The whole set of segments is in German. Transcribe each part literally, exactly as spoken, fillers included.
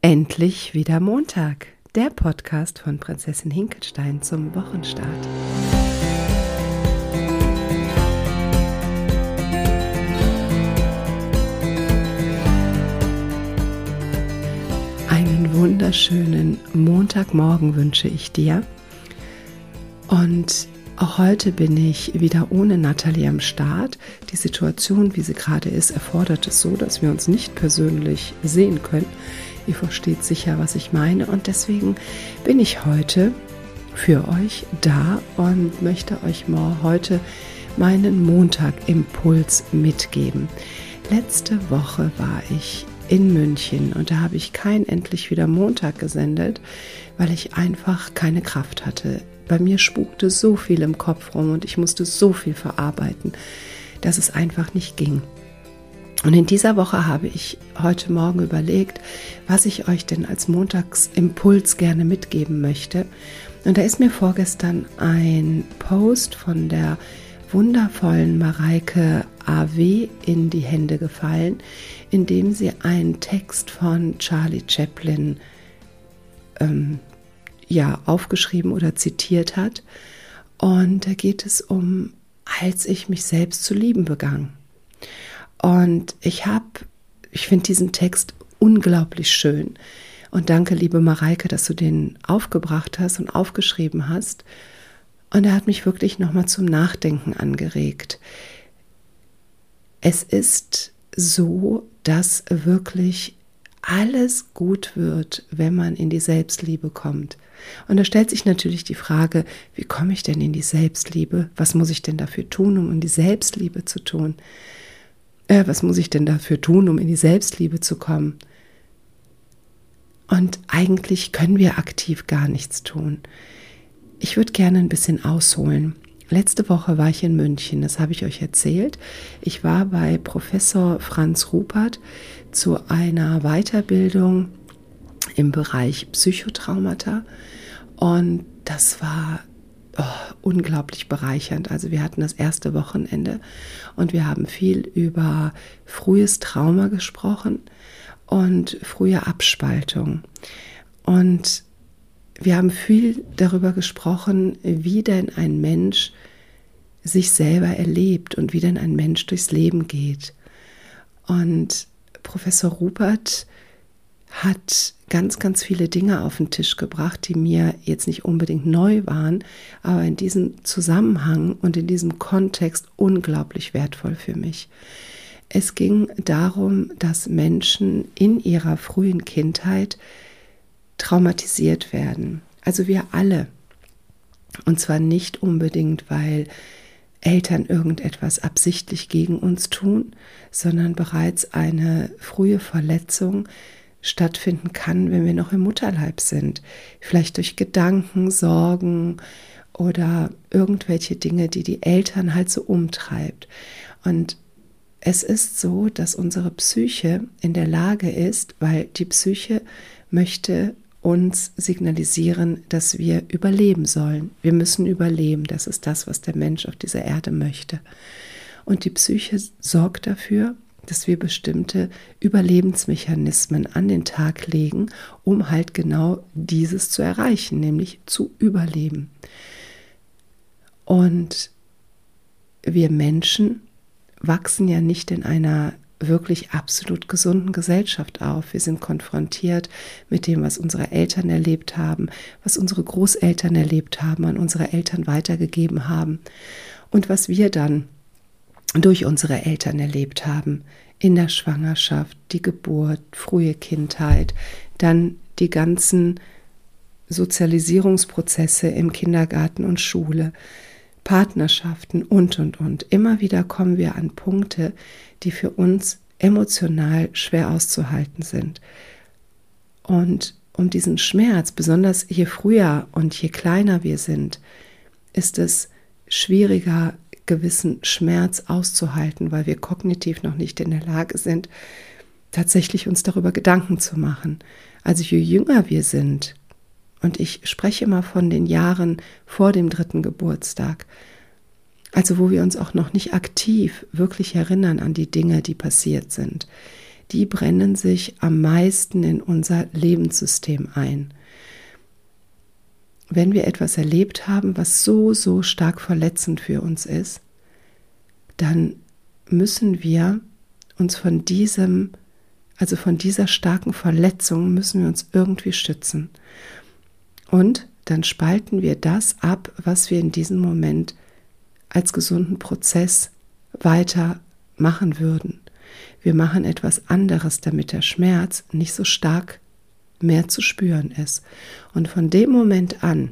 Endlich wieder Montag, der Podcast von Prinzessin Hinkelstein zum Wochenstart. Einen wunderschönen Montagmorgen wünsche ich dir. Und auch heute bin ich wieder ohne Nathalie am Start. Die Situation, wie sie gerade ist, erfordert es so, dass wir uns nicht persönlich sehen können. Ihr versteht sicher, was ich meine, und deswegen bin ich heute für euch da und möchte euch mal heute meinen Montag-Impuls mitgeben. Letzte Woche war ich in München und da habe ich kein Endlich wieder Montag gesendet, weil ich einfach keine Kraft hatte. Bei mir spukte so viel im Kopf rum und ich musste so viel verarbeiten, dass es einfach nicht ging. Und in dieser Woche habe ich heute Morgen überlegt, was ich euch denn als Montagsimpuls gerne mitgeben möchte. Und da ist mir vorgestern ein Post von der wundervollen Mareike A W in die Hände gefallen, in dem sie einen Text von Charlie Chaplin ähm, ja, aufgeschrieben oder zitiert hat. Und da geht es um, als ich mich selbst zu lieben begann. Und ich habe, ich finde diesen Text unglaublich schön. Und danke, liebe Mareike, dass du den aufgebracht hast und aufgeschrieben hast. Und er hat mich wirklich nochmal zum Nachdenken angeregt. Es ist so, dass wirklich alles gut wird, wenn man in die Selbstliebe kommt. Und da stellt sich natürlich die Frage, wie komme ich denn in die Selbstliebe? Was muss ich denn dafür tun, um in die Selbstliebe zu tun? Äh, was muss ich denn dafür tun, um in die Selbstliebe zu kommen? Und eigentlich können wir aktiv gar nichts tun. Ich würde gerne ein bisschen ausholen. Letzte Woche war ich in München, das habe ich euch erzählt. Ich war bei Professor Franz Ruppert zu einer Weiterbildung im Bereich Psychotraumata und das war oh, unglaublich bereichernd. Also wir hatten das erste Wochenende und wir haben viel über frühes Trauma gesprochen und frühe Abspaltung. Und wir haben viel darüber gesprochen, wie denn ein Mensch sich selber erlebt und wie denn ein Mensch durchs Leben geht. Und Professor Ruppert hat ganz, ganz viele Dinge auf den Tisch gebracht, die mir jetzt nicht unbedingt neu waren, aber in diesem Zusammenhang und in diesem Kontext unglaublich wertvoll für mich. Es ging darum, dass Menschen in ihrer frühen Kindheit traumatisiert werden. Also wir alle. Und zwar nicht unbedingt, weil Eltern irgendetwas absichtlich gegen uns tun, sondern bereits eine frühe Verletzung stattfinden kann, wenn wir noch im Mutterleib sind. Vielleicht durch Gedanken, Sorgen oder irgendwelche Dinge, die die Eltern halt so umtreibt. Und es ist so, dass unsere Psyche in der Lage ist, weil die Psyche möchte uns signalisieren, dass wir überleben sollen. Wir müssen überleben. Das ist das, was der Mensch auf dieser Erde möchte. Und die Psyche sorgt dafür, dass wir bestimmte Überlebensmechanismen an den Tag legen, um halt genau dieses zu erreichen, nämlich zu überleben. Und wir Menschen wachsen ja nicht in einer wirklich absolut gesunden Gesellschaft auf. Wir sind konfrontiert mit dem, was unsere Eltern erlebt haben, was unsere Großeltern erlebt haben, an unsere Eltern weitergegeben haben und was wir dann durch unsere Eltern erlebt haben, in der Schwangerschaft, die Geburt, frühe Kindheit, dann die ganzen Sozialisierungsprozesse im Kindergarten und Schule, Partnerschaften und, und, und. Immer wieder kommen wir an Punkte, die für uns emotional schwer auszuhalten sind. Und um diesen Schmerz, besonders je früher und je kleiner wir sind, ist es schwieriger, gewissen Schmerz auszuhalten, weil wir kognitiv noch nicht in der Lage sind, tatsächlich uns darüber Gedanken zu machen. Also je jünger wir sind, und ich spreche immer von den Jahren vor dem dritten Geburtstag, also wo wir uns auch noch nicht aktiv wirklich erinnern an die Dinge, die passiert sind, die brennen sich am meisten in unser Lebenssystem ein. Wenn wir etwas erlebt haben, was so, so stark verletzend für uns ist, dann müssen wir uns von diesem, also von dieser starken Verletzung müssen wir uns irgendwie schützen. Und dann spalten wir das ab, was wir in diesem Moment als gesunden Prozess weiter machen würden. Wir machen etwas anderes, damit der Schmerz nicht so stark mehr zu spüren ist. Und von dem Moment an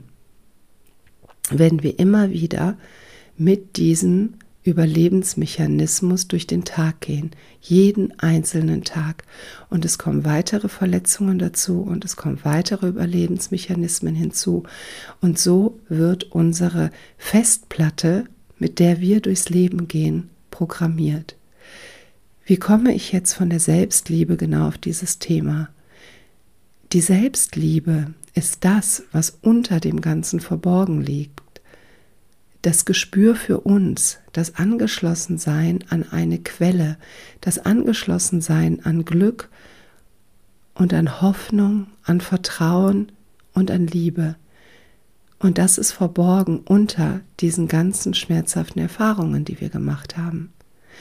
werden wir immer wieder mit diesem Überlebensmechanismus durch den Tag gehen, jeden einzelnen Tag. Und es kommen weitere Verletzungen dazu und es kommen weitere Überlebensmechanismen hinzu. Und so wird unsere Festplatte, mit der wir durchs Leben gehen, programmiert. Wie komme ich jetzt von der Selbstliebe genau auf dieses Thema? Die Selbstliebe ist das, was unter dem Ganzen verborgen liegt. Das Gespür für uns, das Angeschlossensein an eine Quelle, das Angeschlossensein an Glück und an Hoffnung, an Vertrauen und an Liebe. Und das ist verborgen unter diesen ganzen schmerzhaften Erfahrungen, die wir gemacht haben.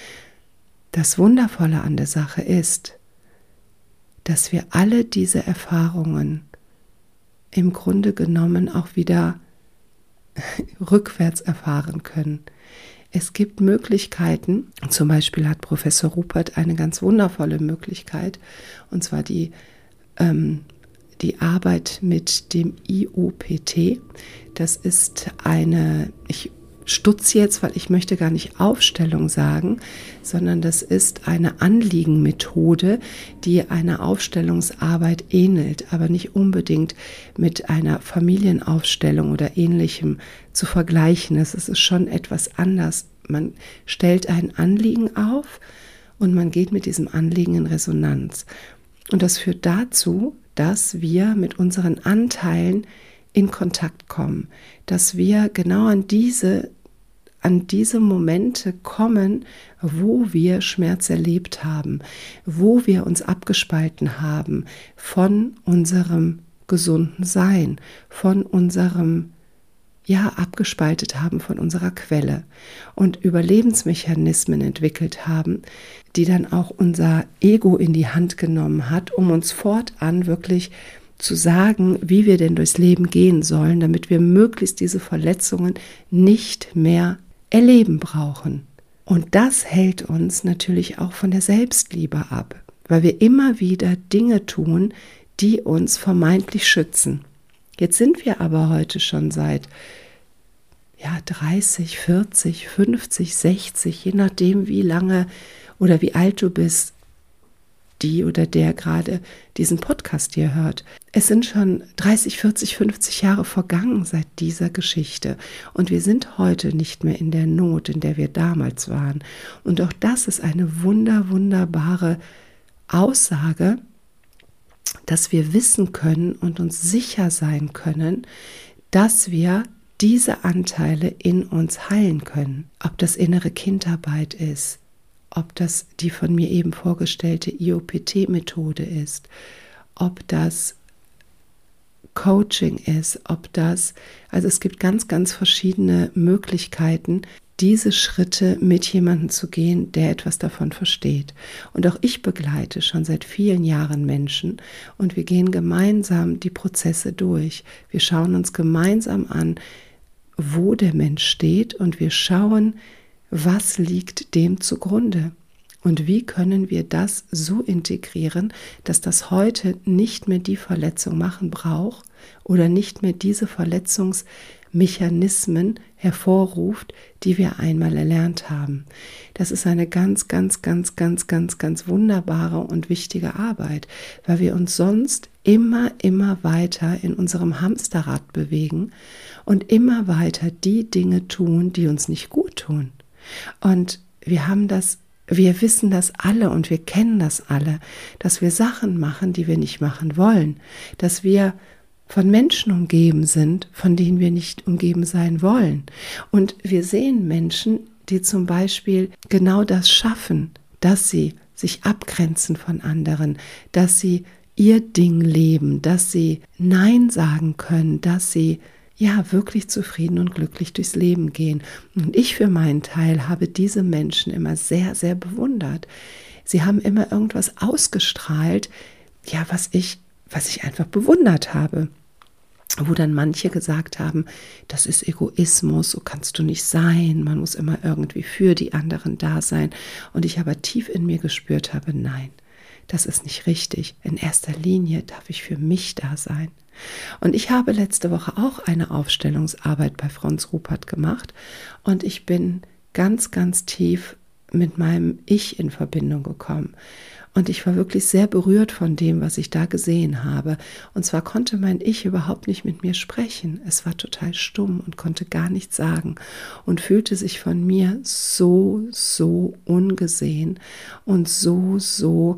Das Wundervolle an der Sache ist, dass wir alle diese Erfahrungen im Grunde genommen auch wieder rückwärts erfahren können. Es gibt Möglichkeiten, zum Beispiel hat Professor Ruppert eine ganz wundervolle Möglichkeit, und zwar die, ähm, die Arbeit mit dem I O P T. Das ist eine, ich stutze jetzt, weil ich möchte gar nicht Aufstellung sagen, sondern das ist eine Anliegenmethode, die einer Aufstellungsarbeit ähnelt, aber nicht unbedingt mit einer Familienaufstellung oder Ähnlichem zu vergleichen ist. Es ist schon etwas anders. Man stellt ein Anliegen auf und man geht mit diesem Anliegen in Resonanz. Und das führt dazu, dass wir mit unseren Anteilen in Kontakt kommen, dass wir genau an diese an diese Momente kommen, wo wir Schmerz erlebt haben, wo wir uns abgespalten haben von unserem gesunden Sein, von unserem, ja, abgespaltet haben von unserer Quelle und Überlebensmechanismen entwickelt haben, die dann auch unser Ego in die Hand genommen hat, um uns fortan wirklich zu sagen, wie wir denn durchs Leben gehen sollen, damit wir möglichst diese Verletzungen nicht mehr erleben brauchen. Und das hält uns natürlich auch von der Selbstliebe ab, weil wir immer wieder Dinge tun, die uns vermeintlich schützen. Jetzt sind wir aber heute schon seit ja, dreißig, vierzig, fünfzig, sechzig, je nachdem wie lange oder wie alt du bist, die oder der gerade diesen Podcast hier hört. Es sind schon dreißig, vierzig, fünfzig Jahre vergangen seit dieser Geschichte und wir sind heute nicht mehr in der Not, in der wir damals waren. Und auch das ist eine wunder, wunderbare Aussage, dass wir wissen können und uns sicher sein können, dass wir diese Anteile in uns heilen können. Ob das innere Kindarbeit ist, ob das die von mir eben vorgestellte I O P T-Methode ist, ob das Coaching ist, ob das, also es gibt ganz, ganz verschiedene Möglichkeiten, diese Schritte mit jemandem zu gehen, der etwas davon versteht. Und auch ich begleite schon seit vielen Jahren Menschen und wir gehen gemeinsam die Prozesse durch. Wir schauen uns gemeinsam an, wo der Mensch steht und wir schauen, was liegt dem zugrunde und wie können wir das so integrieren, dass das heute nicht mehr die Verletzung machen braucht oder nicht mehr diese Verletzungsmechanismen hervorruft, die wir einmal erlernt haben. Das ist eine ganz, ganz, ganz, ganz, ganz, ganz wunderbare und wichtige Arbeit, weil wir uns sonst immer, immer weiter in unserem Hamsterrad bewegen und immer weiter die Dinge tun, die uns nicht gut tun. Und wir haben das, wir wissen das alle und wir kennen das alle, dass wir Sachen machen, die wir nicht machen wollen, dass wir von Menschen umgeben sind, von denen wir nicht umgeben sein wollen. Und wir sehen Menschen, die zum Beispiel genau das schaffen, dass sie sich abgrenzen von anderen, dass sie ihr Ding leben, dass sie Nein sagen können, dass sie ja wirklich zufrieden und glücklich durchs Leben gehen. Und ich für meinen Teil habe diese Menschen immer sehr, sehr bewundert. Sie haben immer irgendwas ausgestrahlt, ja, was ich, was ich einfach bewundert habe. Wo dann manche gesagt haben, das ist Egoismus, so kannst du nicht sein, man muss immer irgendwie für die anderen da sein. Und ich aber tief in mir gespürt habe, nein, das ist nicht richtig. In erster Linie darf ich für mich da sein. Und ich habe letzte Woche auch eine Aufstellungsarbeit bei Franz Ruppert gemacht und ich bin ganz, ganz tief mit meinem Ich in Verbindung gekommen. Und ich war wirklich sehr berührt von dem, was ich da gesehen habe. Und zwar konnte mein Ich überhaupt nicht mit mir sprechen. Es war total stumm und konnte gar nichts sagen und fühlte sich von mir so, so ungesehen und so, so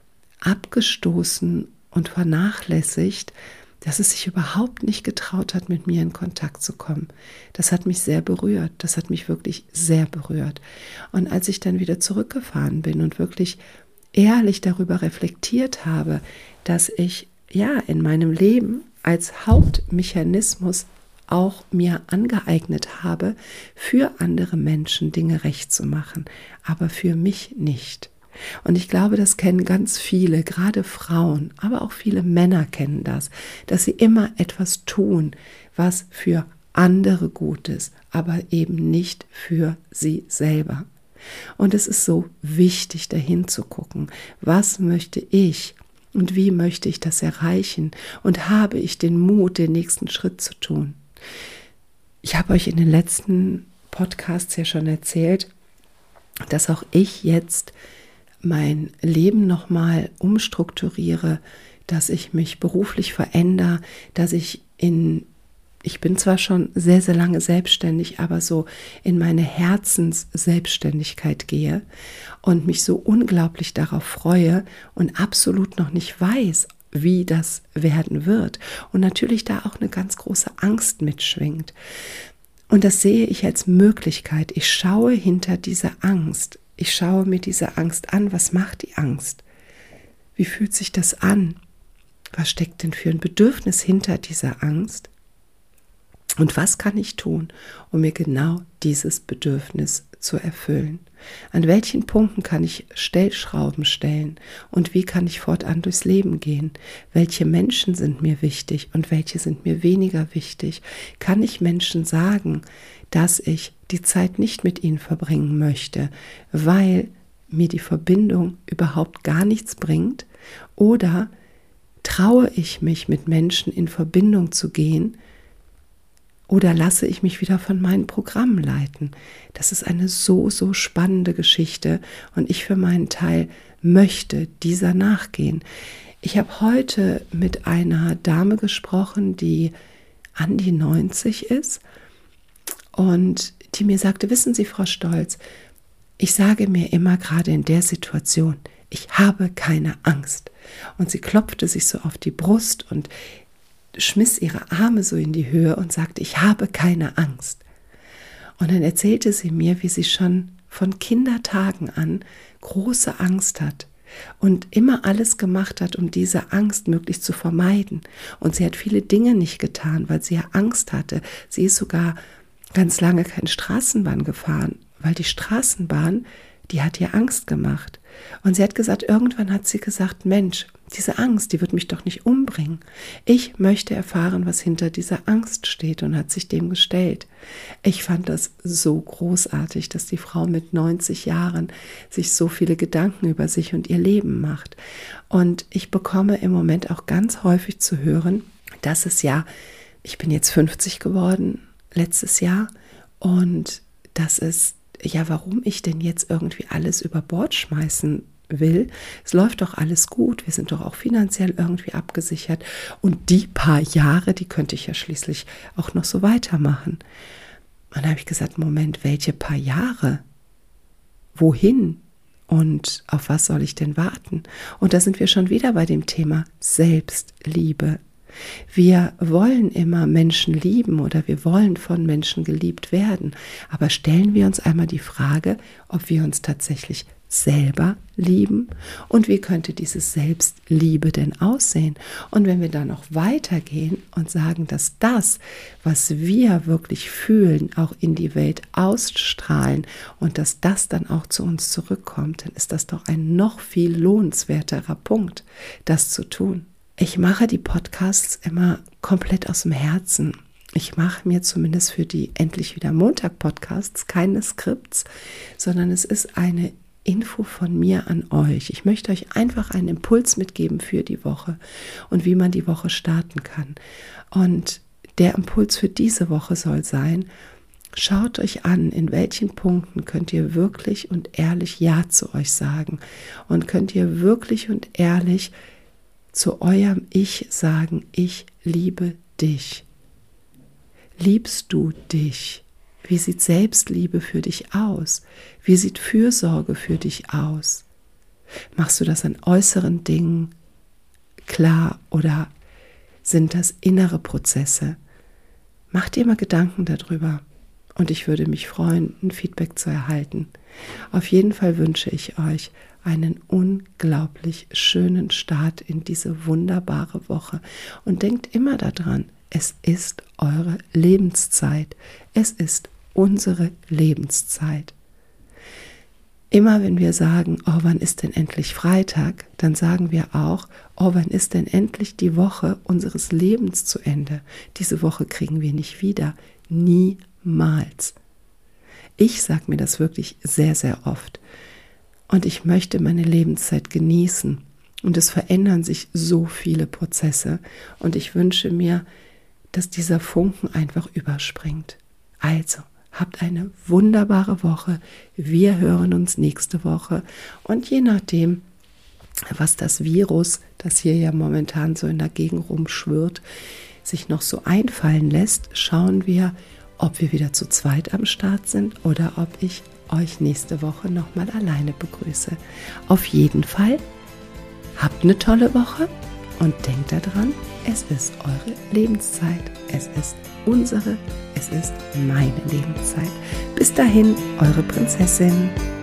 abgestoßen und vernachlässigt, dass es sich überhaupt nicht getraut hat, mit mir in Kontakt zu kommen. Das hat mich sehr berührt. Das hat mich wirklich sehr berührt. Und als ich dann wieder zurückgefahren bin und wirklich ehrlich darüber reflektiert habe, dass ich ja in meinem Leben als Hauptmechanismus auch mir angeeignet habe, für andere Menschen Dinge recht zu machen, aber für mich nicht. Und ich glaube, das kennen ganz viele, gerade Frauen, aber auch viele Männer kennen das, dass sie immer etwas tun, was für andere gut ist, aber eben nicht für sie selber. Und es ist so wichtig, dahin zu gucken, was möchte ich und wie möchte ich das erreichen und habe ich den Mut, den nächsten Schritt zu tun. Ich habe euch in den letzten Podcasts ja schon erzählt, dass auch ich jetzt mein Leben nochmal umstrukturiere, dass ich mich beruflich verändere, dass ich in, ich bin zwar schon sehr, sehr lange selbstständig, aber so in meine Herzensselbstständigkeit gehe und mich so unglaublich darauf freue und absolut noch nicht weiß, wie das werden wird. Und natürlich da auch eine ganz große Angst mitschwingt. Und das sehe ich als Möglichkeit. Ich schaue hinter diese Angst. Ich schaue mir diese Angst an. Was macht die Angst? Wie fühlt sich das an? Was steckt denn für ein Bedürfnis hinter dieser Angst? Und was kann ich tun, um mir genau dieses Bedürfnis zu erfüllen? An welchen Punkten kann ich Stellschrauben stellen? Und wie kann ich fortan durchs Leben gehen? Welche Menschen sind mir wichtig und welche sind mir weniger wichtig? Kann ich Menschen sagen, dass ich die Zeit nicht mit ihnen verbringen möchte, weil mir die Verbindung überhaupt gar nichts bringt? Oder traue ich mich, mit Menschen in Verbindung zu gehen? Oder lasse ich mich wieder von meinen Programmen leiten? Das ist eine so, so spannende Geschichte und ich für meinen Teil möchte dieser nachgehen. Ich habe heute mit einer Dame gesprochen, die an die neunzig ist und die mir sagte, wissen Sie, Frau Stolz, ich sage mir immer gerade in der Situation, ich habe keine Angst. Und sie klopfte sich so auf die Brust und schmiss ihre Arme so in die Höhe und sagte, ich habe keine Angst. Und dann erzählte sie mir, wie sie schon von Kindertagen an große Angst hat und immer alles gemacht hat, um diese Angst möglichst zu vermeiden. Und sie hat viele Dinge nicht getan, weil sie ja Angst hatte. Sie ist sogar ganz lange keine Straßenbahn gefahren, weil die Straßenbahn, die hat ihr Angst gemacht. Und sie hat gesagt, irgendwann hat sie gesagt, Mensch, diese Angst, die wird mich doch nicht umbringen. Ich möchte erfahren, was hinter dieser Angst steht und hat sich dem gestellt. Ich fand das so großartig, dass die Frau mit neunzig Jahren sich so viele Gedanken über sich und ihr Leben macht. Und ich bekomme im Moment auch ganz häufig zu hören, dass es ja, ich bin jetzt fünfzig geworden letztes Jahr und dass es ja, warum ich denn jetzt irgendwie alles über Bord schmeißen will. Es läuft doch alles gut, wir sind doch auch finanziell irgendwie abgesichert und die paar Jahre, die könnte ich ja schließlich auch noch so weitermachen. Und dann habe ich gesagt, Moment, welche paar Jahre? Wohin? Und auf was soll ich denn warten? Und da sind wir schon wieder bei dem Thema Selbstliebe. Wir wollen immer Menschen lieben oder wir wollen von Menschen geliebt werden. Aber stellen wir uns einmal die Frage, ob wir uns tatsächlich selber lieben und wie könnte dieses Selbstliebe denn aussehen? Und wenn wir dann noch weitergehen und sagen, dass das, was wir wirklich fühlen, auch in die Welt ausstrahlen und dass das dann auch zu uns zurückkommt, dann ist das doch ein noch viel lohnenswerterer Punkt, das zu tun. Ich mache die Podcasts immer komplett aus dem Herzen. Ich mache mir zumindest für die Endlich wieder Montag Podcasts keine Skripts, sondern es ist eine Info von mir an euch. Ich möchte euch einfach einen Impuls mitgeben für die Woche und wie man die Woche starten kann. Und der Impuls für diese Woche soll sein, schaut euch an, in welchen Punkten könnt ihr wirklich und ehrlich Ja zu euch sagen und könnt ihr wirklich und ehrlich zu eurem Ich sagen, ich liebe dich. Liebst du dich? Wie sieht Selbstliebe für dich aus? Wie sieht Fürsorge für dich aus? Machst du das an äußeren Dingen klar oder sind das innere Prozesse? Mach dir mal Gedanken darüber und ich würde mich freuen, ein Feedback zu erhalten. Auf jeden Fall wünsche ich euch einen unglaublich schönen Start in diese wunderbare Woche und denkt immer daran, es ist eure Lebenszeit. Es ist unsere Lebenszeit. Immer wenn wir sagen, oh, wann ist denn endlich Freitag, dann sagen wir auch, oh, wann ist denn endlich die Woche unseres Lebens zu Ende? Diese Woche kriegen wir nicht wieder. Niemals. Ich sage mir das wirklich sehr, sehr oft. Und ich möchte meine Lebenszeit genießen. Und es verändern sich so viele Prozesse. Und ich wünsche mir, dass dieser Funken einfach überspringt. Also, habt eine wunderbare Woche. Wir hören uns nächste Woche. Und je nachdem, was das Virus, das hier ja momentan so in der Gegend rumschwirrt, sich noch so einfallen lässt, schauen wir, ob wir wieder zu zweit am Start sind oder ob ich euch nächste Woche nochmal alleine begrüße. Auf jeden Fall, habt eine tolle Woche. Und denkt daran, es ist eure Lebenszeit, es ist unsere, es ist meine Lebenszeit. Bis dahin, eure Prinzessin.